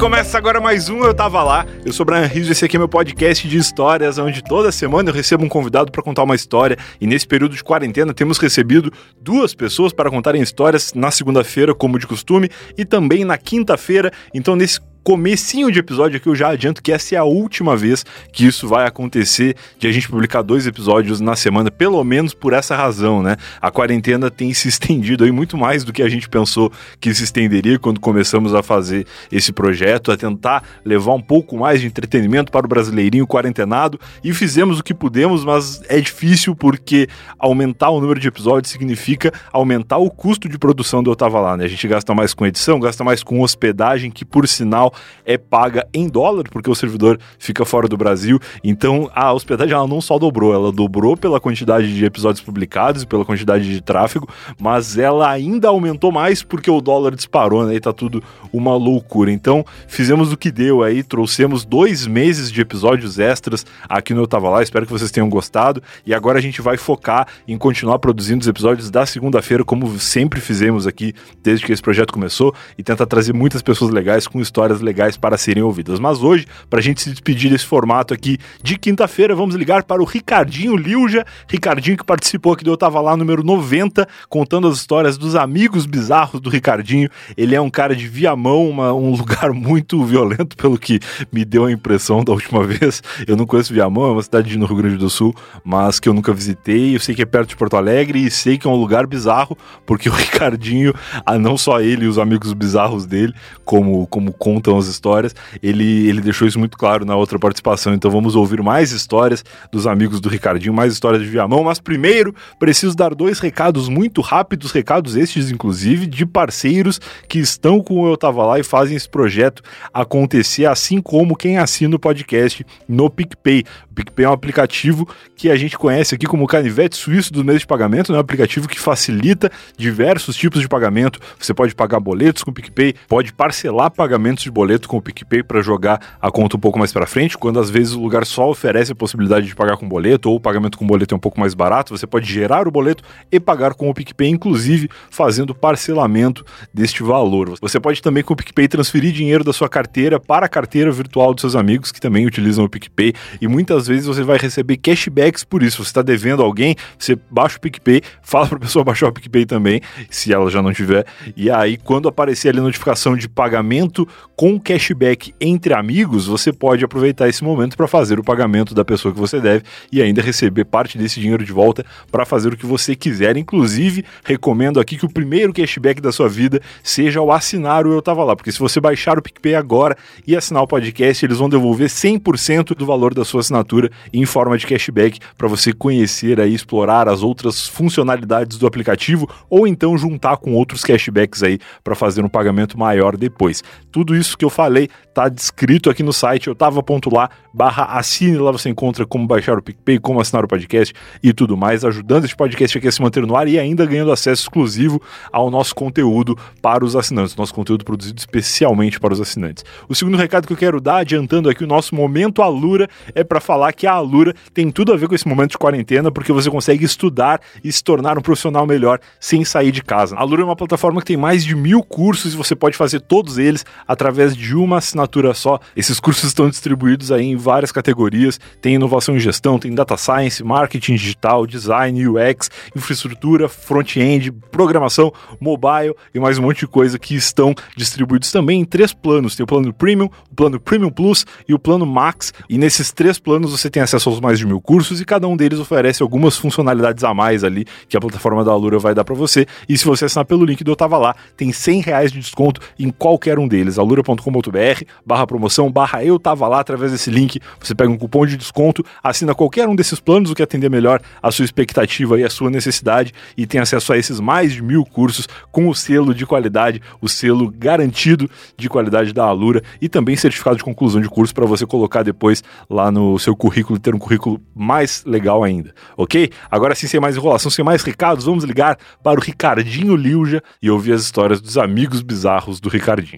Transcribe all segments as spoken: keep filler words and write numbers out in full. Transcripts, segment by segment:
Começa agora mais um Eu Tava Lá. Eu sou o Brian Rizzo e esse aqui é meu podcast de histórias, onde toda semana eu recebo um convidado para contar uma história. E nesse período de quarentena temos recebido duas pessoas para contarem histórias na segunda-feira, como de costume, e também na quinta-feira. Então nesse comecinho de episódio aqui eu já adianto que essa é a última vez que isso vai acontecer, de a gente publicar dois episódios na semana, pelo menos por essa razão, né? A quarentena tem se estendido aí muito mais do que a gente pensou que se estenderia quando começamos a fazer esse projeto, a tentar levar um pouco mais de entretenimento para o brasileirinho quarentenado, e fizemos o que pudemos, mas é difícil porque aumentar o número de episódios significa aumentar o custo de produção do Eu Tava Lá, né? A gente gasta mais com edição, gasta mais com hospedagem, que por sinal é paga em dólar, porque o servidor fica fora do Brasil. Então a hospedagem ela não só dobrou, ela dobrou pela quantidade de episódios publicados e pela quantidade de tráfego, mas ela ainda aumentou mais porque o dólar disparou, né? E tá tudo uma loucura. Então fizemos o que deu aí, trouxemos dois meses de episódios extras aqui no Eu Tava Lá, espero que vocês tenham gostado, e agora a gente vai focar em continuar produzindo os episódios da segunda-feira, como sempre fizemos aqui desde que esse projeto começou, e tentar trazer muitas pessoas legais com histórias legais para serem ouvidas. Mas hoje, pra gente se despedir desse formato aqui de quinta-feira, vamos ligar para o Ricardinho Liuja, Ricardinho que participou aqui do Eu Tava Lá número noventa, contando as histórias dos amigos bizarros do Ricardinho. Ele é um cara de Viamão, uma, um lugar muito violento, pelo que me deu a impressão da última vez. Eu não conheço Viamão, é uma cidade no Rio Grande do Sul, mas que eu nunca visitei. Eu sei que é perto de Porto Alegre e sei que é um lugar bizarro, porque o Ricardinho, ah, não só ele e os amigos bizarros dele, como, como contam as histórias, ele, ele deixou isso muito claro na outra participação. Então vamos ouvir mais histórias dos amigos do Ricardinho, mais histórias de Viamão, mas primeiro preciso dar dois recados muito rápidos, recados estes inclusive de parceiros que estão com o Eu Tava Lá e fazem esse projeto acontecer, assim como quem assina o podcast no PicPay. O PicPay é um aplicativo que a gente conhece aqui como o canivete suíço do mês de pagamento, né? Um aplicativo que facilita diversos tipos de pagamento. Você pode pagar boletos com o PicPay, pode parcelar pagamentos de boleto com o PicPay para jogar a conta um pouco mais para frente, quando às vezes o lugar só oferece a possibilidade de pagar com boleto, ou o pagamento com boleto é um pouco mais barato, você pode gerar o boleto e pagar com o PicPay, inclusive fazendo parcelamento deste valor. Você pode também com o PicPay transferir dinheiro da sua carteira para a carteira virtual dos seus amigos que também utilizam o PicPay, e muitas vezes você vai receber cashbacks por isso. Você está devendo a alguém, você baixa o PicPay, fala para a pessoa baixar o PicPay também, se ela já não tiver, e aí quando aparecer ali a notificação de pagamento com cashback entre amigos, você pode aproveitar esse momento para fazer o pagamento da pessoa que você deve e ainda receber parte desse dinheiro de volta para fazer o que você quiser. Inclusive, recomendo aqui que o primeiro cashback da sua vida seja ao assinar o Eu Tava Lá, porque se você baixar o PicPay agora e assinar o podcast, eles vão devolver cem por cento do valor da sua assinatura em forma de cashback para você conhecer e explorar as outras funcionalidades do aplicativo, ou então juntar com outros cashbacks aí para fazer um pagamento maior depois. Tudo isso que eu falei tá descrito aqui no site eu tava ponto lá barra assine. Lá você encontra como baixar o PicPay, como assinar o podcast e tudo mais, ajudando esse podcast aqui a se manter no ar e ainda ganhando acesso exclusivo ao nosso conteúdo para os assinantes, nosso conteúdo produzido especialmente para os assinantes. O segundo recado que eu quero dar, adiantando aqui o nosso momento Alura, é para falar que a Alura tem tudo a ver com esse momento de quarentena, porque você consegue estudar e se tornar um profissional melhor sem sair de casa. A Alura é uma plataforma que tem mais de mil cursos e você pode fazer todos eles através de uma assinatura só. Esses cursos estão distribuídos aí em várias categorias, tem inovação em gestão, tem data science, marketing digital, design, U X, infraestrutura, front-end, programação, mobile e mais um monte de coisa que estão distribuídos também em três planos. Tem o plano Premium, o plano Premium Plus e o plano Max, e nesses três planos você tem acesso aos mais de mil cursos e cada um deles oferece algumas funcionalidades a mais ali que a plataforma da Alura vai dar para você, e se você assinar pelo link do Eu Tava Lá, tem cem reais de desconto em qualquer um deles. alura ponto com ponto br barra promoção barra Eu Tava Lá. Através desse link você pega um cupom de desconto, assina qualquer um desses planos, o que atender melhor a sua expectativa e a sua necessidade, e tem acesso a esses mais de mil cursos com o selo de qualidade, o selo garantido de qualidade da Alura, e também certificado de conclusão de curso para você colocar depois lá no seu currículo e ter um currículo mais legal ainda, ok? Agora sim, sem mais enrolação, sem mais recados, vamos ligar para o Ricardinho Liuja e ouvir as histórias dos amigos bizarros do Ricardinho.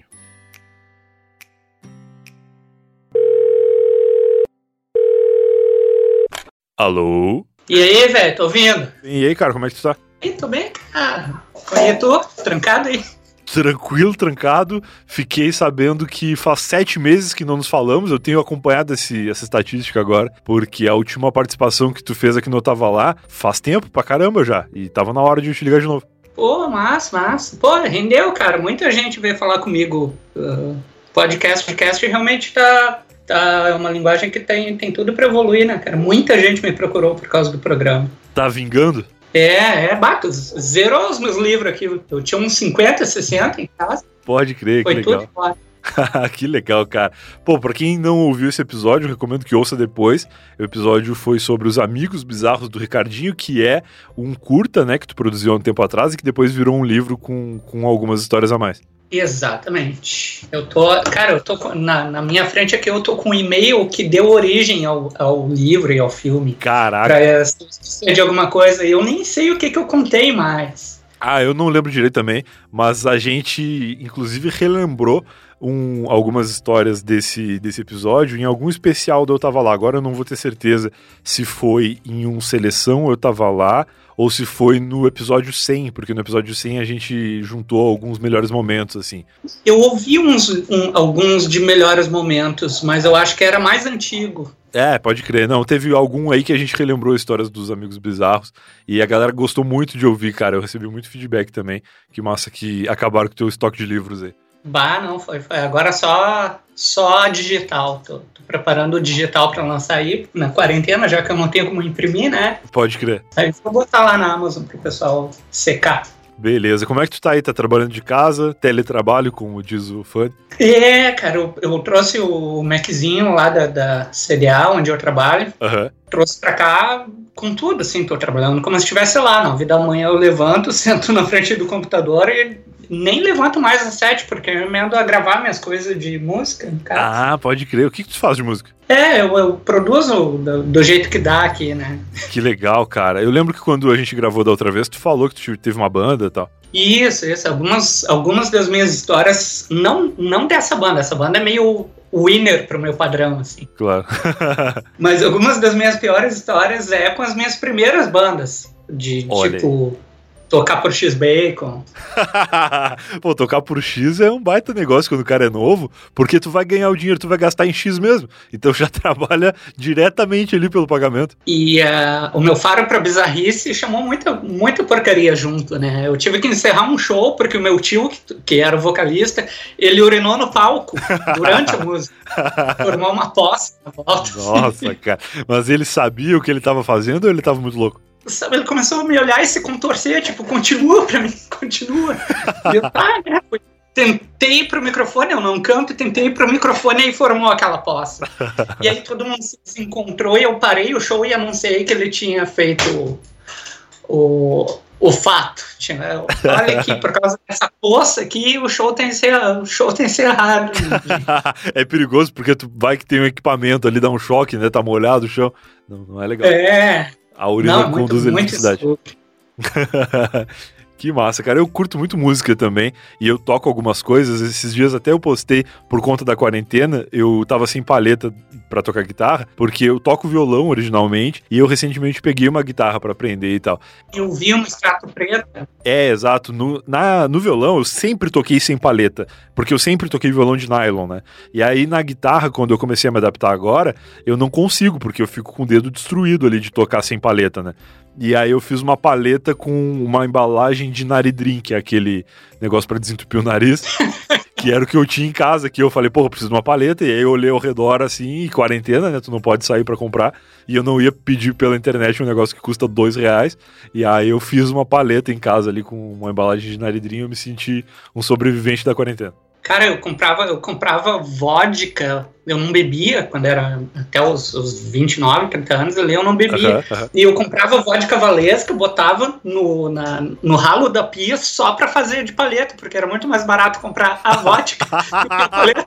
Alô? E aí, velho, tô ouvindo? E aí, cara, como é que tu tá? E tô bem? Ah, e tu? Trancado aí? tranquilo, trancado. Fiquei sabendo que faz sete meses que não nos falamos. Eu tenho acompanhado esse, essa estatística agora, porque a última participação que tu fez aqui no Eu Tava Lá faz tempo pra caramba já. E tava na hora de eu te ligar de novo. Pô, massa, massa. Pô, rendeu, cara. Muita gente veio falar comigo. Uh, podcast, podcast realmente tá... Tá, é uma linguagem que tem, tem tudo pra evoluir, né, cara? Muita gente me procurou por causa do programa. Tá vingando? É, é, bato, zerou os meus livros aqui. Eu tinha uns cinquenta, sessenta em casa. Pode crer, Foi que legal. Tudo fora. Que legal, cara. Pô, pra quem não ouviu esse episódio, eu recomendo que ouça depois. O episódio foi sobre os Amigos Bizarros do Ricardinho, que é um curta, né, que tu produziu há um tempo atrás e que depois virou um livro com, com algumas histórias a mais. Exatamente. Eu tô, cara, eu tô com, na, na minha frente aqui, eu tô com um e-mail que deu origem ao, ao livro e ao filme. Caraca. Pra ser de alguma coisa. Eu nem sei o que que eu contei mais. Ah, eu não lembro direito também, mas a gente, inclusive, relembrou um, algumas histórias desse, desse episódio em algum especial do Eu Tava Lá. Agora eu não vou ter certeza se foi em um Seleção Eu Tava Lá ou se foi no episódio cem, porque no episódio cem a gente juntou alguns melhores momentos, assim. Eu ouvi uns, um, alguns de melhores momentos, mas eu acho que era mais antigo. É, pode crer. Não, teve algum aí que a gente relembrou histórias dos Amigos Bizarros e a galera gostou muito de ouvir, cara. Eu recebi muito feedback também. Que massa que acabaram com o teu estoque de livros aí. Bah, não, foi. foi. Agora só, só digital. Tô, tô preparando o digital pra lançar aí na quarentena, já que eu não tenho como imprimir, né? Pode crer. Aí vou botar lá na Amazon pro pessoal secar. Beleza. Como é que tu tá aí? Tá trabalhando de casa? Teletrabalho, como diz o fã? É, cara, eu, eu trouxe o Maczinho lá da, da C D A, onde eu trabalho. Aham. Trouxe pra cá com tudo, assim, tô trabalhando como se estivesse lá. nove da manhã eu levanto, sento na frente do computador e nem levanto mais às sete, porque eu emendo a gravar minhas coisas de música em casa. Ah, pode crer. O que, que tu faz de música? É, eu, eu produzo do, do jeito que dá aqui, né? Que legal, cara. Eu lembro que quando a gente gravou da outra vez, tu falou que tu teve uma banda e tal. Isso, isso. Algumas, algumas das minhas histórias, não, não dessa banda. Essa banda é meio winner pro meu padrão, assim. Claro. Mas algumas das minhas piores histórias é com as minhas primeiras bandas. De, Olha tipo... Aí. Tocar por X-Bacon. Pô, tocar por X é um baita negócio quando o cara é novo, porque tu vai ganhar o dinheiro, tu vai gastar em X mesmo. Então já trabalha diretamente ali pelo pagamento. E uh, o meu faro pra bizarrice chamou muita, muita porcaria junto, né? Eu tive que encerrar um show porque o meu tio, que, que era o vocalista, ele urinou no palco durante a música. Formou uma poça na volta. Nossa, cara. Mas ele sabia o que ele tava fazendo ou ele tava muito louco? Sabe, ele começou a me olhar e se contorcer, tipo, continua pra mim, continua. E eu, tá, né? Tentei pro microfone, eu não canto, tentei pro microfone e formou aquela poça. E aí todo mundo se encontrou e eu parei o show e anunciei que ele tinha feito o, o fato. Tinha, olha aqui, por causa dessa poça aqui, o show tem que ser, o show tem que ser errado. É perigoso porque tu vai que tem um equipamento ali, dá um choque, né? Tá molhado o chão. Não, não é legal. É. A urina não, conduz a eletricidade. Muito Que massa, cara. Eu curto muito música também e eu toco algumas coisas. Esses dias até eu postei, por conta da quarentena, eu tava sem paleta pra tocar guitarra, porque eu toco violão originalmente e eu recentemente peguei uma guitarra pra aprender e tal. Eu vi um extrato preto. É, exato. No, na, no violão eu sempre toquei sem paleta, porque eu sempre toquei violão de nylon, né? E aí na guitarra, quando eu comecei a me adaptar agora, eu não consigo, porque eu fico com o dedo destruído ali de tocar sem paleta, né? E aí eu fiz uma paleta com uma embalagem de Naridrim, que é aquele negócio pra desentupir o nariz, que era o que eu tinha em casa, que eu falei, pô, eu preciso de uma paleta, e aí eu olhei ao redor assim, e quarentena, né, tu não pode sair pra comprar, e eu não ia pedir pela internet um negócio que custa dois reais, e aí eu fiz uma paleta em casa ali com uma embalagem de Naridrim, e eu me senti um sobrevivente da quarentena. Cara, eu comprava, eu comprava vodka, eu não bebia, quando era até os, os vinte e nove, trinta anos, ali eu não bebia. Uhum, uhum. E eu comprava vodka valesca, botava no, na, no ralo da pia só pra fazer de paleta, porque era muito mais barato comprar a vodka do que a paleta.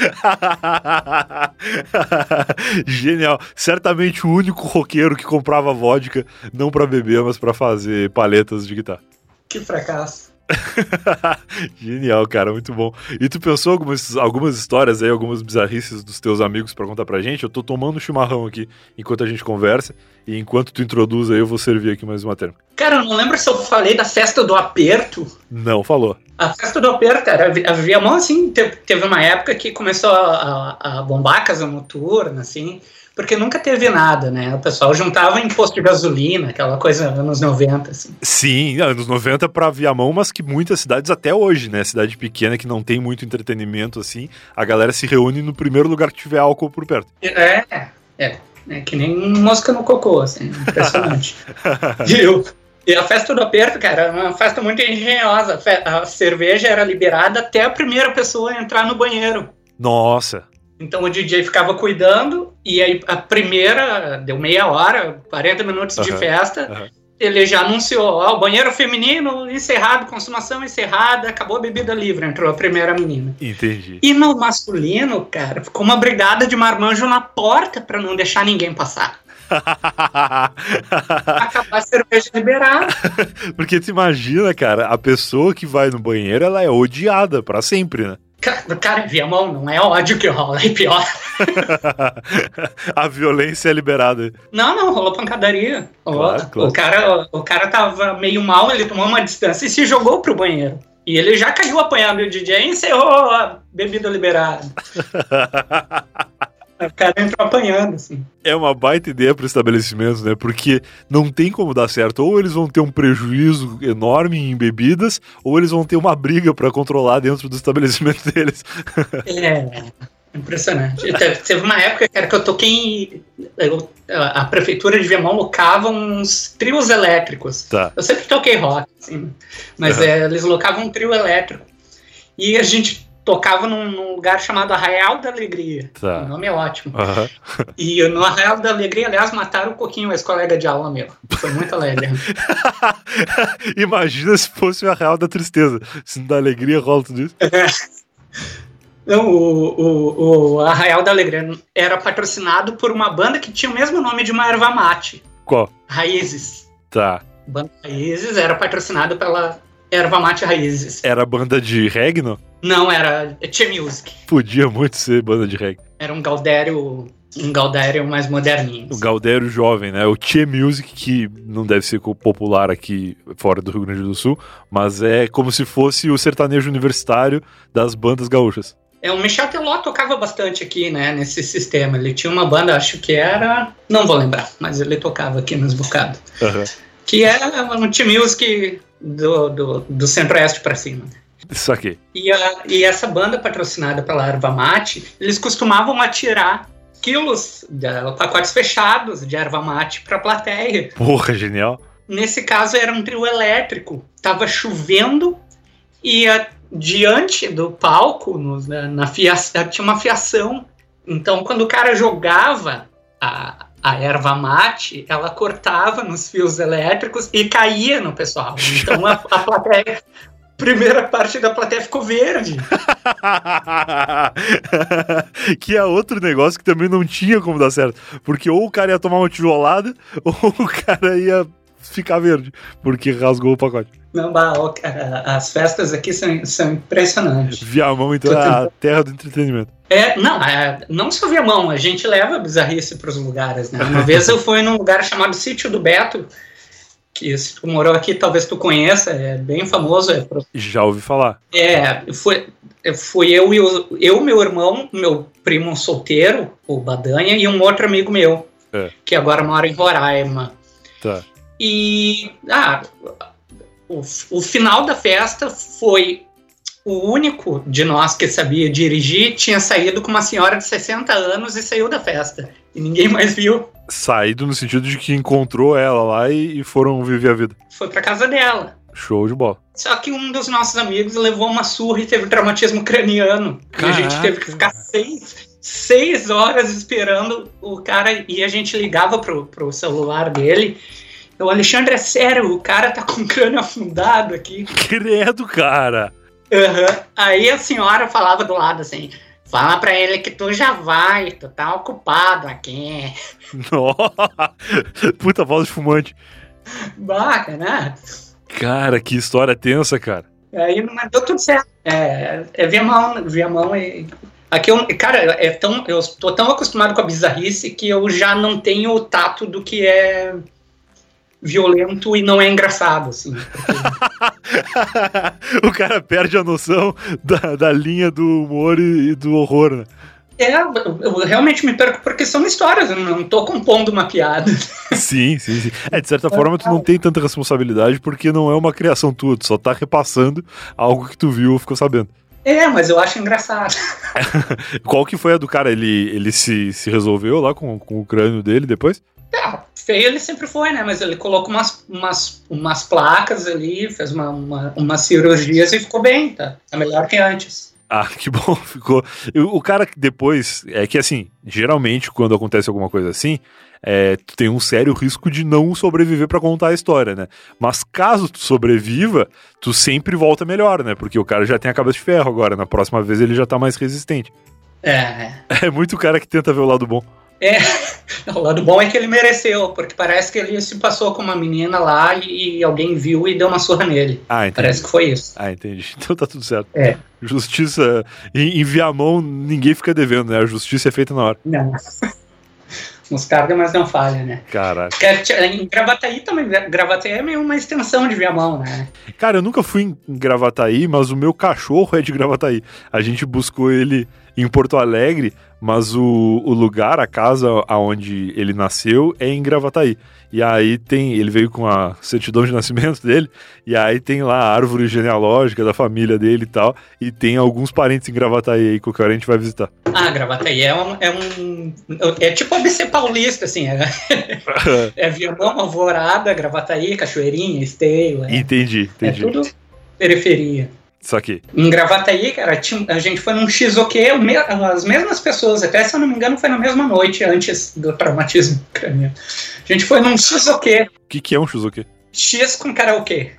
Genial. Certamente o único roqueiro que comprava vodka, não pra beber, mas pra fazer paletas de guitarra. Que fracasso. Genial, cara, muito bom. E tu pensou algumas, algumas histórias aí, algumas bizarrices dos teus amigos pra contar pra gente? Eu tô tomando chimarrão aqui enquanto a gente conversa, e enquanto tu introduz aí eu vou servir aqui mais uma terma. Cara, eu não lembro se eu falei da festa do aperto. Não, falou. A festa do aperto, cara, a Viamão, assim, teve, teve uma época que começou a, a, a bombar a casa noturna, assim, porque nunca teve nada, né? O pessoal juntava em posto de gasolina, aquela coisa anos noventa, assim. Sim, anos noventa pra Viamão, mas que muitas cidades até hoje, né? Cidade pequena que não tem muito entretenimento, assim, a galera se reúne no primeiro lugar que tiver álcool por perto. É, é, é que nem mosca no cocô, assim, impressionante. Viu? E a festa do aperto, cara, era uma festa muito engenhosa. A cerveja era liberada até a primeira pessoa entrar no banheiro. Nossa! Então o D J ficava cuidando, e aí a primeira, deu meia hora, quarenta minutos uhum, de festa, uhum. Ele já anunciou, ó, o banheiro feminino encerrado, consumação encerrada, acabou a bebida livre, entrou a primeira menina. Entendi. E no masculino, cara, ficou uma brigada de marmanjo na porta pra não deixar ninguém passar. Acabar a cerveja liberada. Porque tu imagina, cara, a pessoa que vai no banheiro, ela é odiada pra sempre, né? Cara, Viamão, não é ódio que rola, é pior. A violência é liberada. Não, não, rolou pancadaria. Claro, claro. O, cara, o cara tava meio mal, ele tomou uma distância e se jogou pro banheiro. E ele já caiu apanhando o D J e encerrou a bebida liberada. O cara entrou apanhando, assim. É uma baita ideia para o estabelecimento, né? Porque não tem como dar certo. Ou eles vão ter um prejuízo enorme em bebidas, ou eles vão ter uma briga para controlar dentro do estabelecimento deles. É, impressionante. Teve uma época, cara, que eu toquei em... A prefeitura de Viamão locava uns trios elétricos. Tá. Eu sempre toquei rock, assim, mas uhum. é, eles locavam um trio elétrico. E a gente... tocava num, num lugar chamado Arraial da Alegria. Tá. O nome é ótimo. Uhum. E no Arraial da Alegria, aliás, mataram um pouquinho o ex-colega de aula meu. Foi muito alegre. Imagina se fosse o Arraial da Tristeza. Se da Alegria rola tudo isso. É. Não, o, o, o Arraial da Alegria era patrocinado por uma banda que tinha o mesmo nome de uma erva mate. Qual? Raízes. Tá. A banda Raízes era patrocinada pela erva mate Raízes. Era banda de reggae, não? Não, era Tchê Music. Podia muito ser banda de reggae. Era um Gaudério, um Gaudério mais moderninho. O Gaudério jovem, né? O Tchê Music, que não deve ser popular aqui fora do Rio Grande do Sul, mas é como se fosse o sertanejo universitário das bandas gaúchas. É, o Michel Teló tocava bastante aqui, né, nesse sistema. Ele tinha uma banda, acho que era... Não vou lembrar, mas ele tocava aqui nos bocados. Uhum. Que era um Tchê Music do, do, do centro-oeste pra cima. Isso aqui. E, a, e essa banda patrocinada pela erva mate, eles costumavam atirar quilos, de, pacotes fechados de erva mate pra plateia. Porra, genial. Nesse caso era um trio elétrico. Tava chovendo e a, diante do palco, no, na, na fiação, tinha uma fiação. Então quando o cara jogava a, a erva mate, ela cortava nos fios elétricos e caía no pessoal. Então a, a plateia... primeira parte da plateia ficou verde. Que é outro negócio que também não tinha como dar certo. Porque ou o cara ia tomar uma tijolada, ou o cara ia ficar verde, porque rasgou o pacote. Não, bah, as festas aqui são, são impressionantes. Viamão, então, é a terra do entretenimento. É, não, é, não só Viamão, a gente leva a bizarrice para os lugares, né? Uma vez eu fui num lugar chamado Sítio do Beto, que se tu morou aqui, talvez tu conheça, é bem famoso. É pro... Já ouvi falar. É, foi, fui eu e o, eu, meu irmão, meu primo solteiro, o Badanha, e um outro amigo meu, é. que agora mora em Roraima. Tá. E, ah, o, o final da festa foi o único de nós que sabia dirigir, tinha saído com uma senhora de sessenta anos e saiu da festa. E ninguém mais viu. Saído no sentido de que encontrou ela lá e, e foram viver a vida. Foi pra casa dela. Show de bola. Só que um dos nossos amigos levou uma surra e teve traumatismo craniano. Caraca. E a gente teve que ficar seis, seis horas esperando o cara, e a gente ligava pro, pro celular dele. O Alexandre, é sério, o cara tá com o crânio afundado aqui. Credo, cara. Uhum. Aí a senhora falava do lado assim... Fala pra ele que tu já vai, tu tá ocupado aqui. Nossa, puta voz de fumante. Baca, né? Cara, que história tensa, cara. Aí não deu tudo certo. É, é Viamão, Viamão e... Aqui eu, cara, é tão, eu tô tão acostumado com a bizarrice que eu já não tenho o tato do que é violento e não é engraçado, assim. Porque... o cara perde a noção da, da linha do humor e, e do horror, né? É, eu, eu realmente me perco porque são histórias, eu não tô compondo uma piada. Sim, sim, sim. É, de certa forma tu não tem tanta responsabilidade porque não é uma criação tua, tu só tá repassando algo que tu viu ou ficou sabendo. É, mas eu acho engraçado. Qual que foi a do cara? Ele, ele se, se resolveu lá com, com o crânio dele depois? É, feio ele sempre foi, né? Mas ele colocou umas, umas, umas placas ali, fez uma, uma, umas cirurgias e ficou bem, tá? É melhor que antes. Ah, que bom, ficou. O cara que depois, é que assim, geralmente quando acontece alguma coisa assim, é, tu tem um sério risco de não sobreviver pra contar a história, né? Mas caso tu sobreviva, tu sempre volta melhor, né? Porque o cara já tem a cabeça de ferro agora, na próxima vez ele já tá mais resistente. É. É muito cara que tenta ver o lado bom. É, o lado bom é que ele mereceu, porque parece que ele se passou com uma menina lá e, e alguém viu e deu uma surra nele. Ah, entendi. Parece que foi isso. Ah, entendi. Então tá tudo certo. É. Justiça, em, em Viamão, ninguém fica devendo, né? A justiça é feita na hora. Não. Nos cargos, mas não falha, né? Caralho. Em Gravataí também, Gravataí é meio uma extensão de Viamão, né? Cara, eu nunca fui em Gravataí, mas o meu cachorro é de Gravataí. A gente buscou ele em Porto Alegre, mas o, o lugar, a casa onde ele nasceu é em Gravataí. E aí tem, ele veio com a certidão de nascimento dele, e aí tem lá a árvore genealógica da família dele e tal, e tem alguns parentes em Gravataí aí, qualquer hora a gente vai visitar. Ah, Gravataí é um... É, um, é tipo a A B C Paulista, assim, é, é Viamão, Alvorada, Gravataí, Cachoeirinha, Esteio. É, entendi, entendi. É tudo periferia. Isso aqui. Em Gravataí, cara, tinha, a gente foi num X O Q, as mesmas pessoas, até se eu não me engano foi na mesma noite antes do traumatismo craniano. A gente foi num X O Q. O que, que é um X O Q? X com karaokê.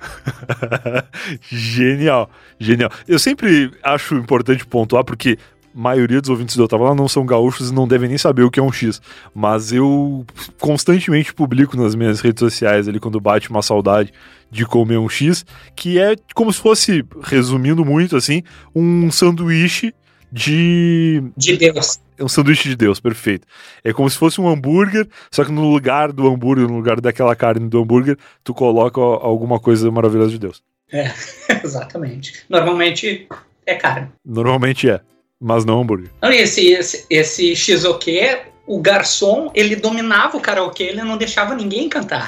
Genial, genial. Eu sempre acho importante pontuar, porque a maioria dos ouvintes do Eu Tava Lá não são gaúchos e não devem nem saber o que é um X. Mas eu constantemente publico nas minhas redes sociais ali quando bate uma saudade de comer um X, que é como se fosse, resumindo muito assim, um sanduíche de... De Deus. É um sanduíche de Deus, perfeito. É como se fosse um hambúrguer, só que no lugar do hambúrguer, no lugar daquela carne do hambúrguer, tu coloca alguma coisa maravilhosa de Deus. É, exatamente. Normalmente é carne. Normalmente é, mas não hambúrguer. Esse, esse, esse X O Q, o garçom, ele dominava o karaokê, ele não deixava ninguém cantar.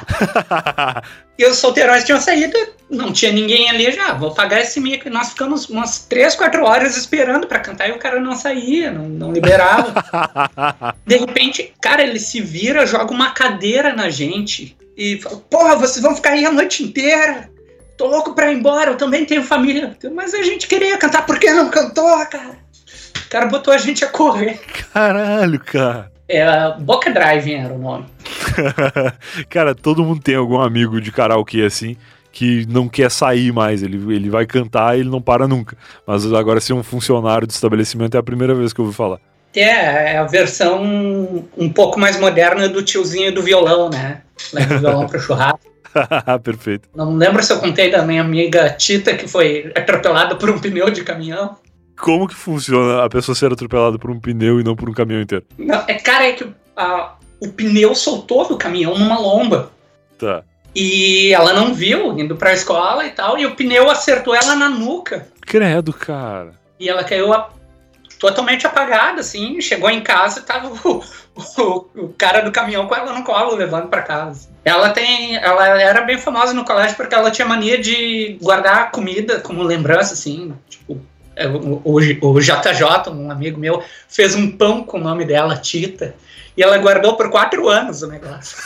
E os solteirões tinham saído, não tinha ninguém ali já, vou pagar esse mico. E nós ficamos umas três, quatro horas esperando pra cantar e o cara não saía, não, não liberava. De repente, cara, ele se vira, joga uma cadeira na gente e fala, porra, vocês vão ficar aí a noite inteira? Tô louco pra ir embora, eu também tenho família. Mas a gente queria cantar, por que não cantou, cara? O cara botou a gente a correr. Caralho, cara. É, Boca Drive era o nome. Cara, todo mundo tem algum amigo de karaokê assim que não quer sair mais, ele, ele vai cantar e ele não para nunca. Mas agora ser um funcionário do estabelecimento é a primeira vez que eu ouvi falar. É, é a versão um pouco mais moderna do tiozinho do violão, né? Leva o violão pro churrasco. Perfeito. Não lembro se eu contei da minha amiga Tita, que foi atropelada por um pneu de caminhão. Como que funciona a pessoa ser atropelada por um pneu e não por um caminhão inteiro? Não, é, cara, é que a, o pneu soltou do caminhão numa lomba. Tá. E ela não viu, indo pra escola e tal, e o pneu acertou ela na nuca. Credo, cara. E ela caiu a, totalmente apagada, assim, chegou em casa e tava o, o, o cara do caminhão com ela no colo, levando pra casa. Ela tem, ela era bem famosa no colégio porque ela tinha mania de guardar comida como lembrança, assim, tipo... O, o, o J J, um amigo meu, fez um pão com o nome dela, Tita, e ela guardou por quatro anos o negócio.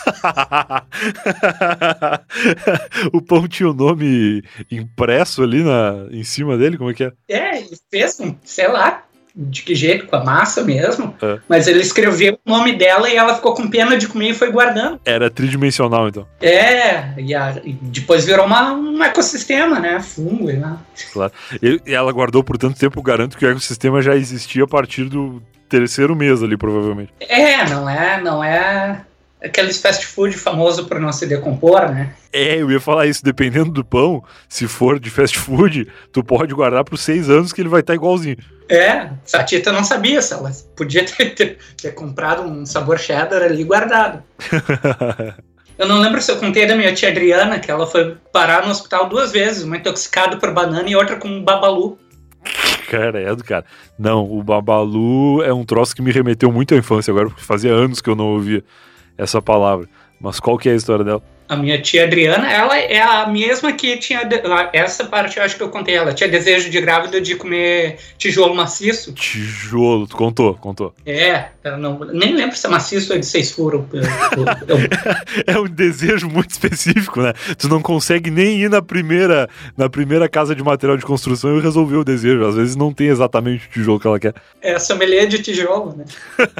O pão tinha o nome impresso ali na, em cima dele? Como é que é? É, ele fez, um, sei lá, de que jeito, com a massa mesmo, é. Mas ele escreveu o nome dela e ela ficou com pena de comer e foi guardando. Era tridimensional, então. É, e, a, e depois virou uma, um ecossistema, né, fungo, né. Claro, e, e ela guardou por tanto tempo, garanto que o ecossistema já existia a partir do terceiro mês ali, provavelmente. É, não é, não é... Aqueles fast food famoso por não se decompor, né? É, eu ia falar isso, dependendo do pão, se for de fast food, tu pode guardar por seis anos que ele vai estar igualzinho. É, a Tita não sabia se ela podia ter, ter, ter comprado um sabor cheddar ali guardado. Eu não lembro se eu contei da minha tia Adriana, que ela foi parar no hospital duas vezes, uma intoxicada por banana e outra com babalu. Credo, cara. Não, o babalu é um troço que me remeteu muito à infância agora, porque fazia anos que eu não ouvia essa palavra. Mas qual que é a história dela? A minha tia Adriana, ela é a mesma que tinha... De... Essa parte eu acho que eu contei. Ela tinha desejo de grávida de comer tijolo maciço. Tijolo, tu contou, contou. É, eu não, nem lembro se é maciço ou de seis furos. Eu, eu, eu... É um desejo muito específico, né? Tu não consegue nem ir na primeira, na primeira casa de material de construção e resolver o desejo. Às vezes não tem exatamente o tijolo que ela quer. É, sommelier de tijolo, né?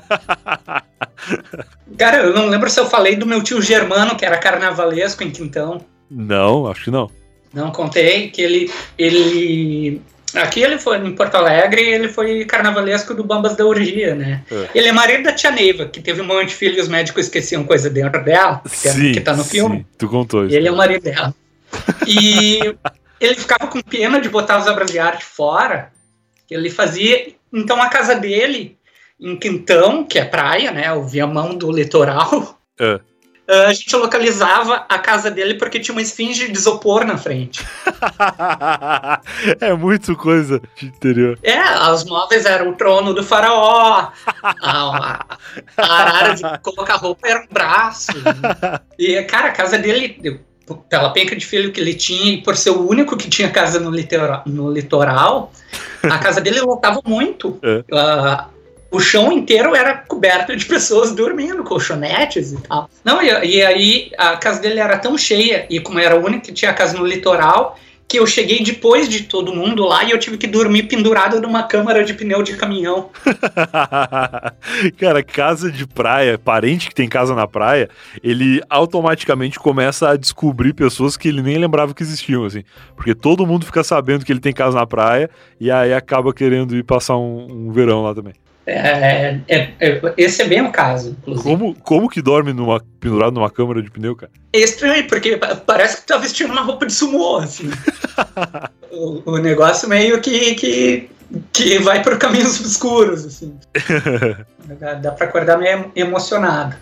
Cara, eu não lembro se eu falei do meu tio Germano, que era carnavalesco em Quintão. Não, acho que não. Não contei que ele... ele... Aqui ele foi em Porto Alegre, ele foi carnavalesco do Bambas da Orgia, né? É. Ele é marido da tia Neiva, que teve um monte de filhos e os médicos esqueciam coisa dentro dela, que, sim, é, que tá no filme. Sim, tu contou isso. E ele é o marido dela. E ele ficava com pena de botar os obras de arte fora, que ele fazia... Então a casa dele, em Quintão, que é praia, né? O Viamão do litoral... É. A gente localizava a casa dele porque tinha uma esfinge de isopor na frente. É muito coisa de interior. É, os móveis eram o trono do faraó, a, a, a arara de colocar roupa era um braço. E, cara, a casa dele, pela penca de filho que ele tinha, e por ser o único que tinha casa no litoral, no litoral a casa dele lotava muito. É. Uh, O chão inteiro era coberto de pessoas dormindo, colchonetes e tal. Não, e, e aí a casa dele era tão cheia, e como era a única que tinha casa no litoral, que eu cheguei depois de todo mundo lá e eu tive que dormir pendurado numa câmara de pneu de caminhão. Cara, casa de praia, parente que tem casa na praia, ele automaticamente começa a descobrir pessoas que ele nem lembrava que existiam, assim. Porque todo mundo fica sabendo que ele tem casa na praia e aí acaba querendo ir passar um, um verão lá também. É, é, é, esse é bem o caso, inclusive. Como, como que dorme numa, pendurado numa câmara de pneu, cara? É estranho, porque parece que tu tá vestindo uma roupa de sumô, assim. o, o negócio meio que, que, que vai por caminhos obscuros, assim. dá, dá pra acordar meio emocionado.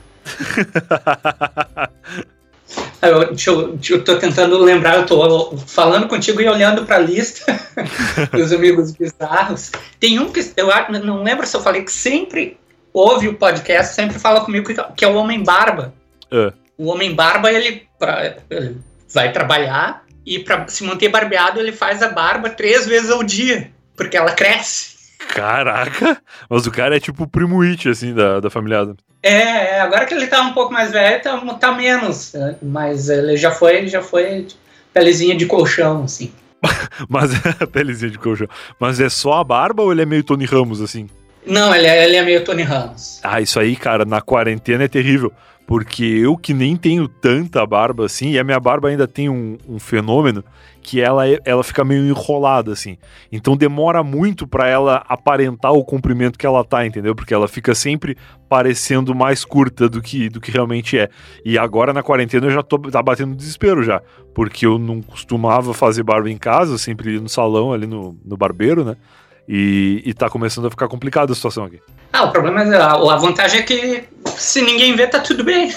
Eu, eu, eu tô tentando lembrar, eu tô falando contigo e olhando pra lista dos amigos bizarros. Tem um que eu não lembro se eu falei que sempre ouve o podcast, sempre fala comigo que, que é o Homem Barba. Uh. O Homem Barba, ele, pra, ele vai trabalhar e pra se manter barbeado, ele faz a barba três vezes ao dia, porque ela cresce. Caraca! Mas o cara é tipo o primo It, assim, da, da família Adams. É, é, agora que ele tá um pouco mais velho, tá, tá menos. Né? Mas ele já foi, já foi pelezinha de colchão, assim. Mas é pelezinha de colchão. Mas é só a barba ou ele é meio Tony Ramos, assim? Não, ele é, ele é meio Tony Ramos. Ah, isso aí, cara, na quarentena é terrível. Porque eu que nem tenho tanta barba assim, e a minha barba ainda tem um, um fenômeno que ela, ela fica meio enrolada, assim. Então demora muito pra ela aparentar o comprimento que ela tá, entendeu? Porque ela fica sempre parecendo mais curta do que, do que realmente é. E agora na quarentena eu já tô tá batendo desespero já. Porque eu não costumava fazer barba em casa, eu sempre ia no salão ali no, no barbeiro, né? E, e tá começando a ficar complicada a situação aqui. Ah, o problema é, a, a vantagem é que se ninguém vê, tá tudo bem.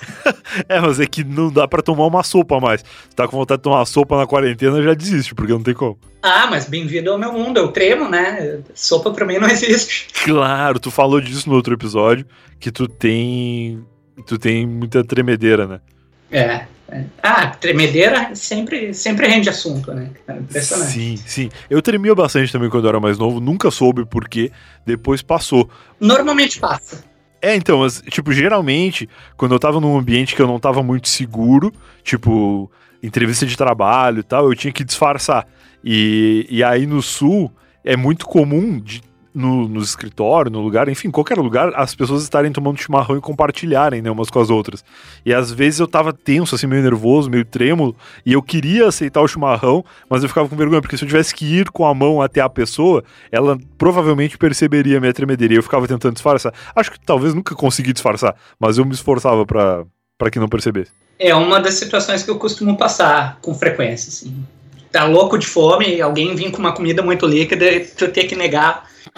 É, mas é que não dá pra tomar uma sopa mais. Se tá com vontade de tomar uma sopa na quarentena, já desiste, porque não tem como. Ah, mas bem-vindo ao meu mundo, eu tremo, né? Sopa pra mim não existe. Claro, tu falou disso no outro episódio, que tu tem, tu tem muita tremedeira, né? É. Ah, tremedeira sempre, sempre rende assunto, né? É impressionante. Sim, sim. Eu tremia bastante também quando eu era mais novo, nunca soube por quê, depois passou. Normalmente passa. É, então, mas, tipo, geralmente, quando eu tava num ambiente que eu não tava muito seguro, tipo, entrevista de trabalho e tal, eu tinha que disfarçar. E, e aí no Sul é muito comum de No, no escritório, no lugar, enfim, qualquer lugar, as pessoas estarem tomando chimarrão e compartilharem, né, umas com as outras. E às vezes eu tava tenso, assim, meio nervoso, meio trêmulo, e eu queria aceitar o chimarrão, mas eu ficava com vergonha, porque se eu tivesse que ir com a mão até a pessoa, ela provavelmente perceberia a minha tremedeira, e eu ficava tentando disfarçar. Acho que talvez nunca consegui disfarçar, mas eu me esforçava pra, pra que não percebesse. É uma das situações que eu costumo passar com frequência, assim. Tá louco de fome, alguém vir com uma comida muito líquida e tu ter que negar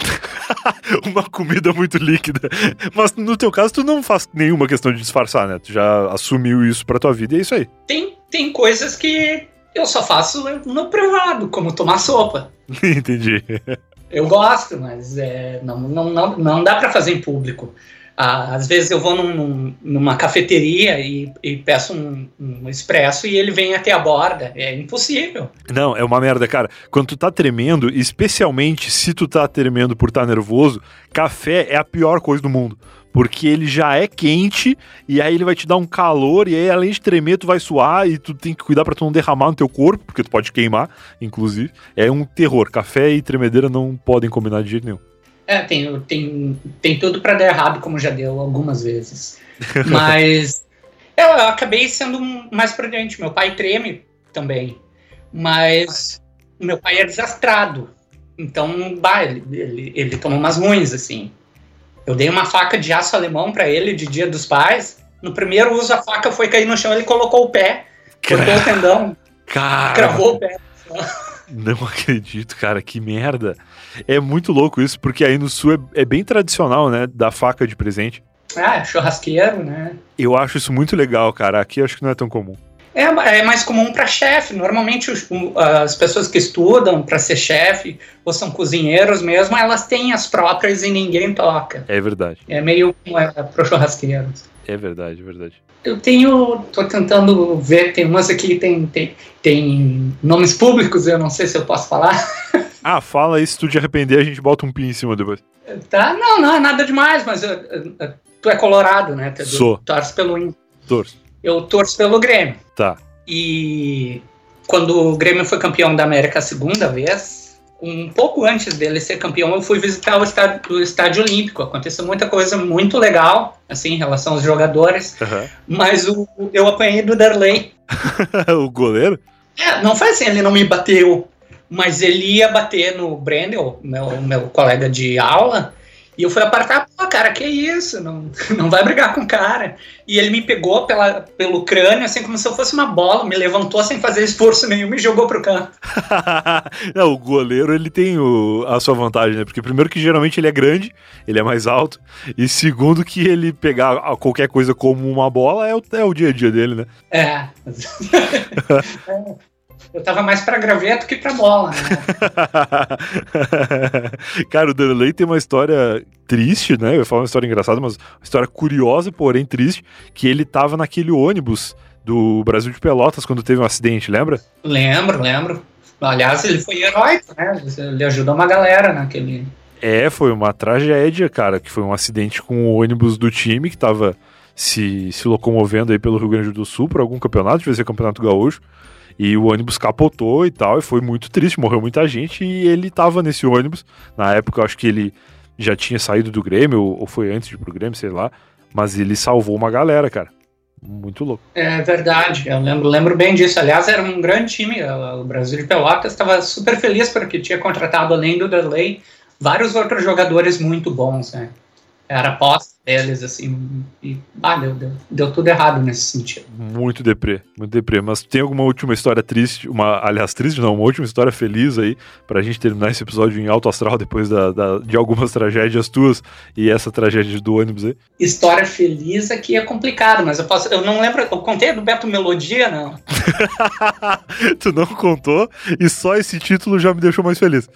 Uma comida muito líquida. Mas no teu caso, tu não faz nenhuma questão de disfarçar, né? Tu já assumiu isso pra tua vida e é isso aí. Tem, tem coisas que eu só faço no privado, como tomar sopa. Entendi. Eu gosto, mas é, não, não, não, não dá pra fazer em público. Ah, às vezes eu vou num, num, numa cafeteria e, e peço um, um expresso e ele vem até a borda. É impossível. Não, é uma merda, cara. Quando tu tá tremendo, especialmente se tu tá tremendo por estar nervoso, café é a pior coisa do mundo. Porque ele já é quente e aí ele vai te dar um calor e aí além de tremer tu vai suar e tu tem que cuidar pra tu não derramar no teu corpo, porque tu pode queimar, inclusive. É um terror. Café e tremedeira não podem combinar de jeito nenhum. É, tem, tem, tem tudo pra dar errado, como já deu algumas vezes. Mas eu acabei sendo mais prudente. Meu pai treme também. Mas o meu pai é desastrado. Então, bah, ele, ele, ele toma umas ruins, assim. Eu dei uma faca de aço alemão pra ele de Dia dos Pais. No primeiro uso, a faca foi cair no chão, ele colocou o pé, cortou o tendão, Cara... cravou o pé. Não acredito, cara, que merda. É muito louco isso, porque aí no sul é, é bem tradicional, né, dar faca de presente. Ah, churrasqueiro, né? Eu acho isso muito legal, cara. Aqui acho que não é tão comum. É, é mais comum para chefe. Normalmente os, as pessoas que estudam para ser chefe ou são cozinheiros mesmo, elas têm as próprias e ninguém toca. É verdade. É meio como é pro churrasqueiro. É verdade, é verdade. Eu tenho, tô tentando ver, tem umas aqui, tem, tem, tem nomes públicos, eu não sei se eu posso falar. Ah, fala aí, se tu te arrepender, a gente bota um pi em cima depois. Tá, não, não é nada demais, mas eu, eu, tu é colorado, né? Tu Sou. Torce pelo Inter. Torço. Eu torço pelo Grêmio. Tá. E quando o Grêmio foi campeão da América a segunda vez, um pouco antes dele ser campeão, eu fui visitar o estádio, o estádio Olímpico. Aconteceu muita coisa muito legal, assim, em relação aos jogadores. Uhum. Mas o, eu apanhei do Darley. O goleiro? É, não foi assim, ele não me bateu, mas ele ia bater no Brendel, meu, meu colega de aula, e eu fui apartar, pô, cara, que isso, não, não vai brigar com o cara. E ele me pegou pela, pelo crânio, assim, como se eu fosse uma bola, me levantou sem fazer esforço nenhum e me jogou pro campo. Não, o goleiro, ele tem o, a sua vantagem, né? Porque primeiro que geralmente ele é grande, ele é mais alto, e segundo que ele pegar qualquer coisa como uma bola é o, é o dia a dia dele, né? É. Eu tava mais pra graveto que pra bola, né? Cara, o Darley tem uma história triste, né? Eu ia falar uma história engraçada, mas uma história curiosa, porém triste, que ele tava naquele ônibus do Brasil de Pelotas quando teve um acidente, lembra? Lembro, lembro. Aliás, ele foi heróico, né? Ele ajudou uma galera naquele... É, foi uma tragédia, cara, que foi um acidente com o ônibus do time que tava se, se locomovendo aí pelo Rio Grande do Sul por algum campeonato, devia ser Campeonato Gaúcho. E o ônibus capotou e tal, e foi muito triste, morreu muita gente, e ele tava nesse ônibus. Na época, eu acho que ele já tinha saído do Grêmio, ou, ou foi antes de ir pro Grêmio, sei lá. Mas ele salvou uma galera, cara. Muito louco. É verdade, eu lembro, lembro bem disso. Aliás, era um grande time, o Brasil de Pelotas estava super feliz porque tinha contratado, além do Darley, vários outros jogadores muito bons, né? Era aposta deles, assim, e ah, deu, deu, deu tudo errado nesse sentido. Muito deprê, muito deprê. Mas tem alguma última história triste, uma, aliás, triste não, uma última história feliz aí, pra gente terminar esse episódio em alto astral depois da, da, de algumas tragédias tuas e essa tragédia do ônibus aí? História feliz aqui é complicado, mas eu posso, eu não lembro, eu contei do Beto Melodia, não? Tu não contou e só esse título já me deixou mais feliz.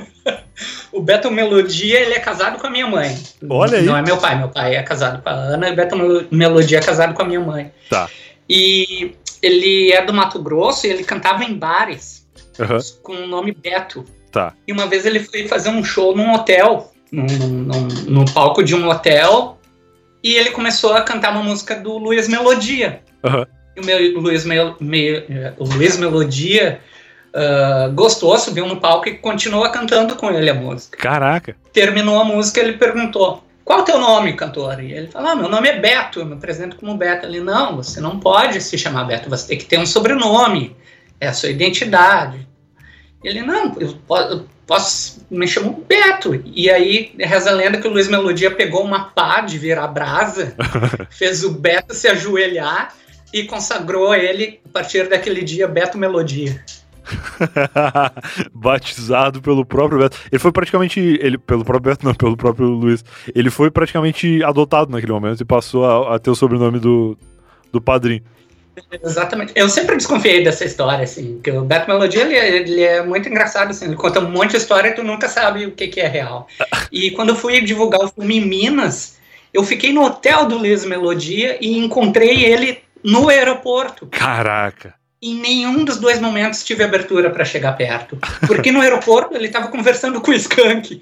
O Beto Melodia, ele é casado com a minha mãe. Olha aí. Não é meu pai, meu pai é casado com a Ana e o Beto Melodia é casado com a minha mãe. Tá. E ele é do Mato Grosso e ele cantava em bares uhum. com o nome Beto. Tá. E uma vez ele foi fazer um show num hotel, num, num, num palco de um hotel, e ele começou a cantar uma música do Luiz Melodia. Uhum. E o meu Luiz, Mel, Me, o Luiz Melodia... Uh, gostou, subiu no palco e continuou cantando com ele a música. Caraca! Terminou a música, ele perguntou: qual é o teu nome, cantor? E ele falou: ah, meu nome é Beto, eu me apresento como Beto. Ele: não, você não pode se chamar Beto, você tem que ter um sobrenome, é a sua identidade. Ele: não, eu posso, eu posso me chamar Beto. E aí reza a lenda que o Luiz Melodia pegou uma pá de virar brasa, fez o Beto se ajoelhar e consagrou ele, a partir daquele dia, Beto Melodia. Batizado pelo próprio Beto. Ele foi praticamente... Ele, pelo próprio Beto, não, pelo próprio Luiz. Ele foi praticamente adotado naquele momento e passou a, a ter o sobrenome do, do padrinho. Exatamente. Eu sempre desconfiei dessa história, assim, porque o Beto Melodia, ele, ele é muito engraçado, assim, ele conta um monte de história e tu nunca sabe o que, que é real. E quando eu fui divulgar o filme em Minas, eu fiquei no hotel do Luiz Melodia e encontrei ele no aeroporto. Caraca! Em nenhum dos dois momentos tive abertura para chegar perto. Porque no aeroporto ele estava conversando com o Skank.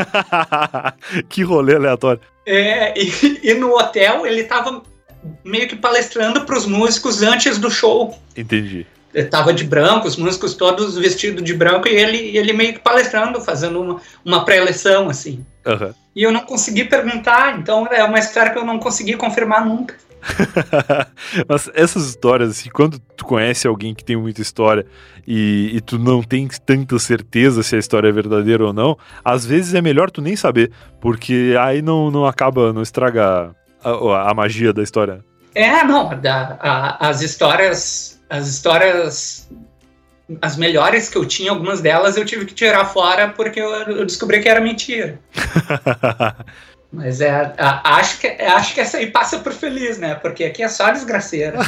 Que rolê aleatório. É, e, e no hotel ele estava meio que palestrando para os músicos antes do show. Entendi. Ele tava de branco, os músicos todos vestidos de branco, e ele, ele meio que palestrando, fazendo uma, uma pré-eleção, assim. Uhum. E eu não consegui perguntar, então é uma história que eu não consegui confirmar nunca. Mas essas histórias, assim, quando tu conhece alguém que tem muita história e, e tu não tem tanta certeza se a história é verdadeira ou não, às vezes é melhor tu nem saber, porque aí não, não acaba, não estraga a, a magia da história. É, não, da, a, as histórias, as histórias, as melhores que eu tinha, algumas delas eu tive que tirar fora porque eu, eu descobri que era mentira. Mas é, a, acho, que, acho que essa aí passa por feliz, né? Porque aqui é só desgraceira.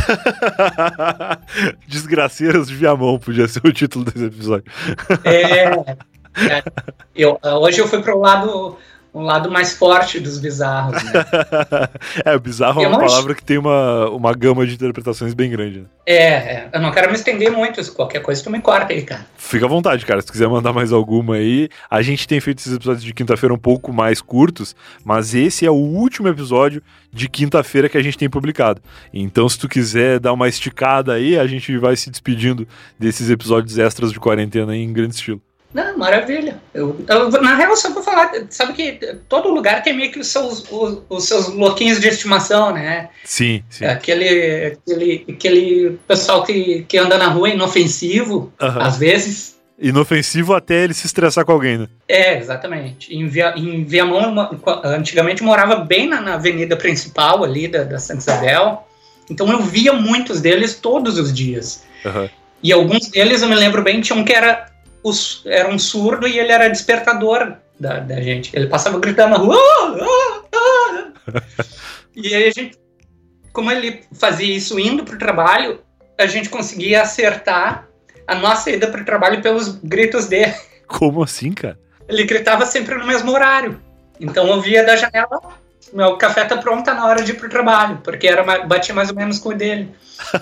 Desgraceiras de Viamão podia ser o título desse episódio. É, é eu, hoje eu fui pro lado... um lado mais forte dos bizarros, né? É, o bizarro é uma palavra que tem uma, uma gama de interpretações bem grande, né? É, é, eu não quero me estender muito, qualquer coisa tu me corta aí, cara. Fica à vontade, cara, se tu quiser mandar mais alguma aí. A gente tem feito esses episódios de quinta-feira um pouco mais curtos, mas esse é o último episódio de quinta-feira que a gente tem publicado. Então, se tu quiser dar uma esticada aí, a gente vai se despedindo desses episódios extras de quarentena aí em grande estilo. Não, maravilha. Eu, eu, na real, só vou falar, sabe que todo lugar tem meio que os seus, os, os seus louquinhos de estimação, né? Sim, sim. Aquele, aquele, aquele pessoal que, que anda na rua inofensivo, uhum. Às vezes. Inofensivo até ele se estressar com alguém, né? É, exatamente. Em, Via, em Viamão, antigamente eu morava bem na, na avenida principal ali da, da Santa Isabel, então eu via muitos deles todos os dias. Uhum. E alguns deles, eu me lembro bem, tinha um que era... Os, era um surdo e ele era despertador da, da gente. Ele passava gritando na rua. Ah, ah, ah. E aí a gente, como ele fazia isso indo pro trabalho, a gente conseguia acertar a nossa ida pro trabalho pelos gritos dele. Como assim, cara? Ele gritava sempre no mesmo horário. Então eu via da janela, meu café tá pronto, tá na hora de ir pro trabalho, porque era, batia mais ou menos com o dele.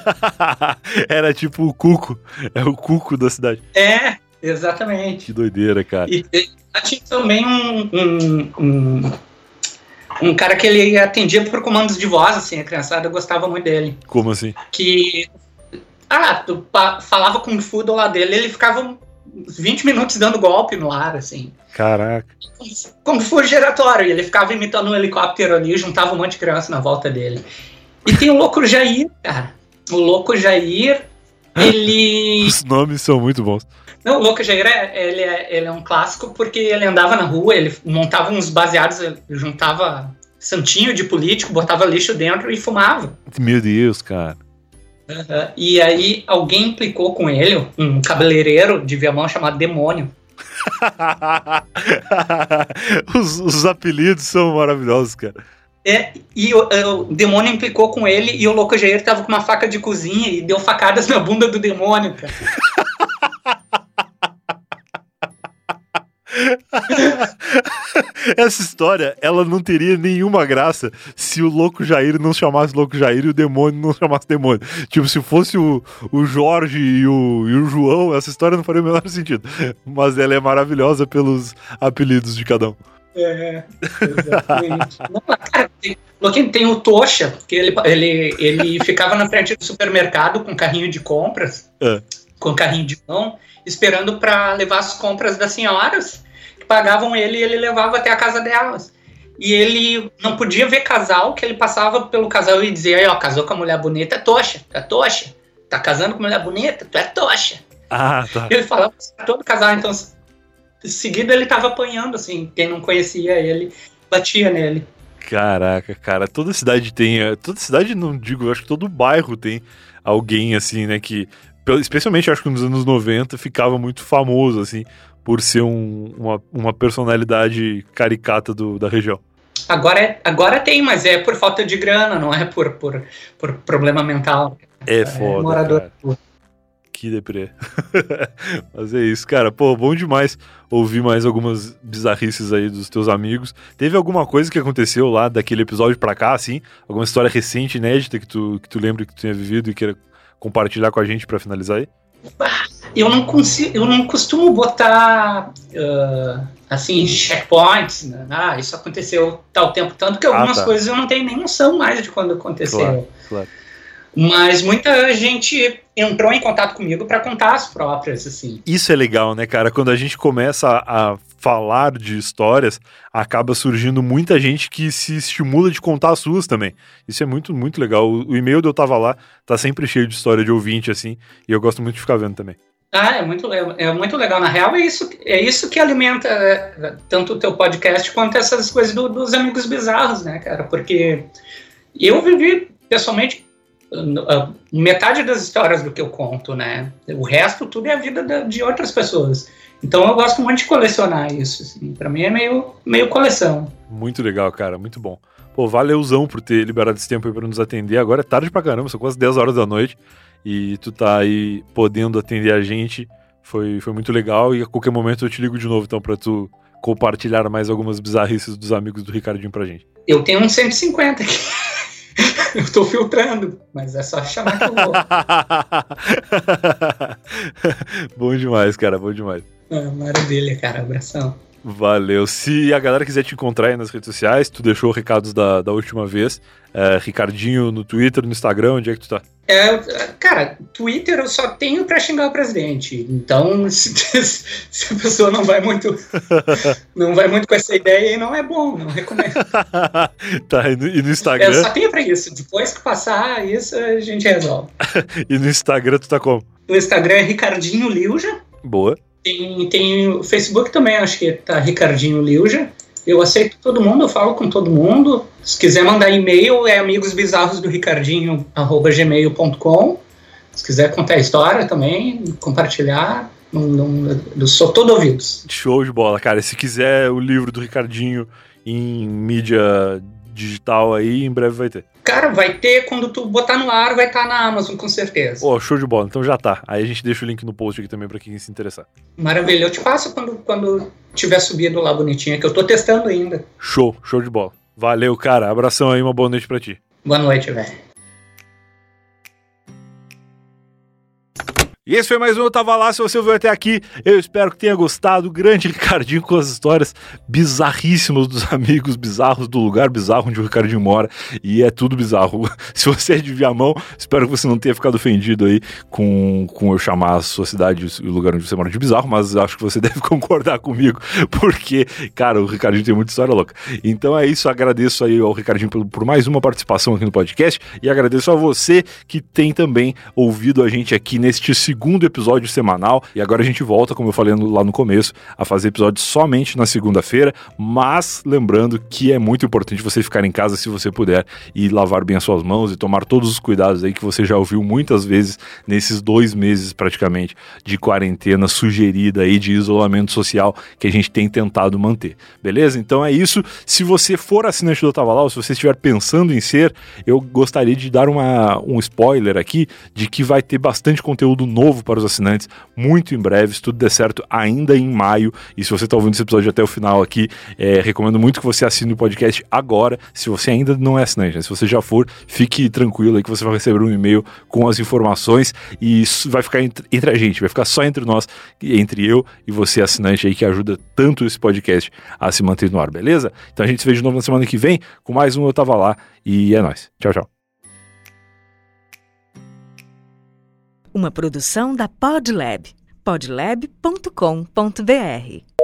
Era tipo o Cuco, é o Cuco da cidade. É. Exatamente. Que doideira, cara. E, e tinha também um, um, um, um cara que ele atendia por comandos de voz, assim, a criançada gostava muito dele. Como assim? Que, ah, tu pa, falava Kung Fu do lado dele, ele ficava vinte minutos dando golpe no ar, assim. Caraca. Kung Fu giratório, e ele ficava imitando um helicóptero ali, juntava um monte de criança na volta dele. E tem o Louco Jair, cara. O Louco Jair, ele... Os nomes são muito bons. Não, o Louco Jair, é, ele, é, ele é um clássico porque ele andava na rua, ele montava uns baseados, ele juntava santinho de político, botava lixo dentro e fumava. Meu Deus, cara. Uhum. E aí alguém implicou com ele, um cabeleireiro de Viamão chamado Demônio. os, os apelidos são maravilhosos, cara. É, e o, o Demônio implicou com ele e o Louco Jair tava com uma faca de cozinha e deu facadas na bunda do Demônio, cara. Essa história, ela não teria nenhuma graça se o Louco Jair não chamasse Louco Jair e o Demônio não chamasse Demônio. Tipo, se fosse o, o Jorge e o, e o João, essa história não faria o menor sentido. Mas ela é maravilhosa pelos apelidos de cada um. É, exatamente. Não, cara, tem, tem o Tocha, que ele, ele, ele ficava na frente do supermercado com carrinho de compras, é. com carrinho de mão, esperando para levar as compras das senhoras, que pagavam ele e ele levava até a casa delas. E ele não podia ver casal, que ele passava pelo casal e dizia, aí, ó, casou com a mulher bonita, é Tocha, tu é Tocha. Tá casando com mulher bonita, tu é Tocha. Ah, tá. E ele falava pra todo casal, então... Em seguida ele tava apanhando, assim, quem não conhecia ele, batia nele. Caraca, cara, toda cidade tem, toda cidade não digo, eu acho que todo bairro tem alguém assim, né, que especialmente acho que nos anos noventa, ficava muito famoso, assim, por ser um, uma, uma personalidade caricata do, da região. Agora, é, agora tem, mas é por falta de grana, não é por, por, por problema mental. É foda, é morador, cara. Que deprê. Mas é isso, cara. Pô, bom demais ouvir mais algumas bizarrices aí dos teus amigos. Teve alguma coisa que aconteceu lá daquele episódio pra cá, assim? Alguma história recente, inédita, que tu, que tu lembra que tu tenha vivido e queira compartilhar com a gente pra finalizar aí? Eu não consigo, eu não costumo botar uh, assim, checkpoints, né? Ah, isso aconteceu tal tempo, tanto que algumas ah, tá. coisas eu não tenho nem noção mais de quando aconteceu. Claro, claro. Mas muita gente entrou em contato comigo para contar as próprias, assim. Isso é legal, né, cara? Quando a gente começa a, a falar de histórias, acaba surgindo muita gente que se estimula de contar as suas também. Isso é muito, muito legal. O, o e-mail do Eu Tava Lá tá sempre cheio de história de ouvinte, assim, e eu gosto muito de ficar vendo também. Ah, é muito, é muito legal. Na real, é isso, é isso que alimenta é, tanto o teu podcast quanto essas coisas do, dos amigos bizarros, né, cara? Porque eu vivi, pessoalmente, metade das histórias do que eu conto, né? O resto tudo é a vida de outras pessoas. Então eu gosto muito de colecionar isso, assim. Pra mim é meio, meio coleção. Muito legal, cara, muito bom. Pô, valeuzão por ter liberado esse tempo aí pra nos atender. Agora é tarde pra caramba, são quase dez horas da noite e tu tá aí podendo atender a gente. Foi, foi muito legal e a qualquer momento eu te ligo de novo, então, pra tu compartilhar mais algumas bizarrices dos amigos do Ricardinho pra gente. Eu tenho uns cento e cinquenta aqui. Eu tô filtrando, mas é só chamar que eu vou. Bom demais, cara, bom demais. Ah, maravilha, cara, abração. Valeu. Se a galera quiser te encontrar aí nas redes sociais, tu deixou recados da, da última vez. É, Ricardinho no Twitter, no Instagram, onde é que tu tá? É, cara, Twitter eu só tenho pra xingar o presidente. Então, se, se a pessoa não vai muito não vai muito com essa ideia, aí não é bom, não recomendo. Tá, e no, e no Instagram? Eu só tenho pra isso. Depois que passar isso, a gente resolve. E no Instagram tu tá como? No Instagram é Ricardinho Liuja. Boa. Tem, tem o Facebook também, acho que tá Ricardinho Liuja. Eu aceito todo mundo, eu falo com todo mundo. Se quiser mandar e-mail, é amigosbizarros do Ricardinho, arroba gmail ponto com. Se quiser contar a história também, compartilhar, não, não, eu sou todo ouvidos. Show de bola, cara. Se quiser o livro do Ricardinho em mídia digital aí, em breve vai ter. Cara, vai ter, quando tu botar no ar, vai estar tá na Amazon, com certeza. Pô, oh, show de bola, então já tá. Aí a gente deixa o link no post aqui também pra quem se interessar. Maravilha, eu te passo quando, quando tiver subido lá bonitinho, que eu tô testando ainda. Show, show de bola. Valeu, cara. Abração aí, uma boa noite pra ti. Boa noite, velho. E esse foi mais um Eu Tava Lá. Se você ouviu até aqui, eu espero que tenha gostado. Grande Ricardinho com as histórias bizarríssimas dos amigos bizarros do lugar bizarro onde o Ricardinho mora. E é tudo bizarro. Se você é de Viamão, espero que você não tenha ficado ofendido aí com, com eu chamar a sua cidade e o lugar onde você mora de bizarro, mas acho que você deve concordar comigo, porque, cara, o Ricardinho tem muita história louca. Então é isso, agradeço aí ao Ricardinho por, por mais uma participação aqui no podcast e agradeço a você que tem também ouvido a gente aqui neste segundo segundo episódio semanal, e agora a gente volta, como eu falei lá no começo, a fazer episódios somente na segunda-feira, mas lembrando que é muito importante você ficar em casa se você puder e lavar bem as suas mãos e tomar todos os cuidados aí que você já ouviu muitas vezes nesses dois meses praticamente de quarentena sugerida aí, de isolamento social que a gente tem tentado manter, beleza? Então é isso. Se você for assinante do Eu Tava Lá, ou se você estiver pensando em ser, eu gostaria de dar uma, um spoiler aqui de que vai ter bastante conteúdo novo para os assinantes, muito em breve, se tudo der certo, ainda em maio. E se você está ouvindo esse episódio até o final aqui, é, recomendo muito que você assine o podcast agora, se você ainda não é assinante, né? Se você já for, fique tranquilo aí que você vai receber um e-mail com as informações e isso vai ficar entre, entre a gente, vai ficar só entre nós, entre eu e você assinante aí que ajuda tanto esse podcast a se manter no ar, beleza? Então a gente se vê de novo na semana que vem com mais um Eu Tava Lá e é nóis. Tchau, tchau. Uma produção da Podlab, podlab ponto com ponto b r.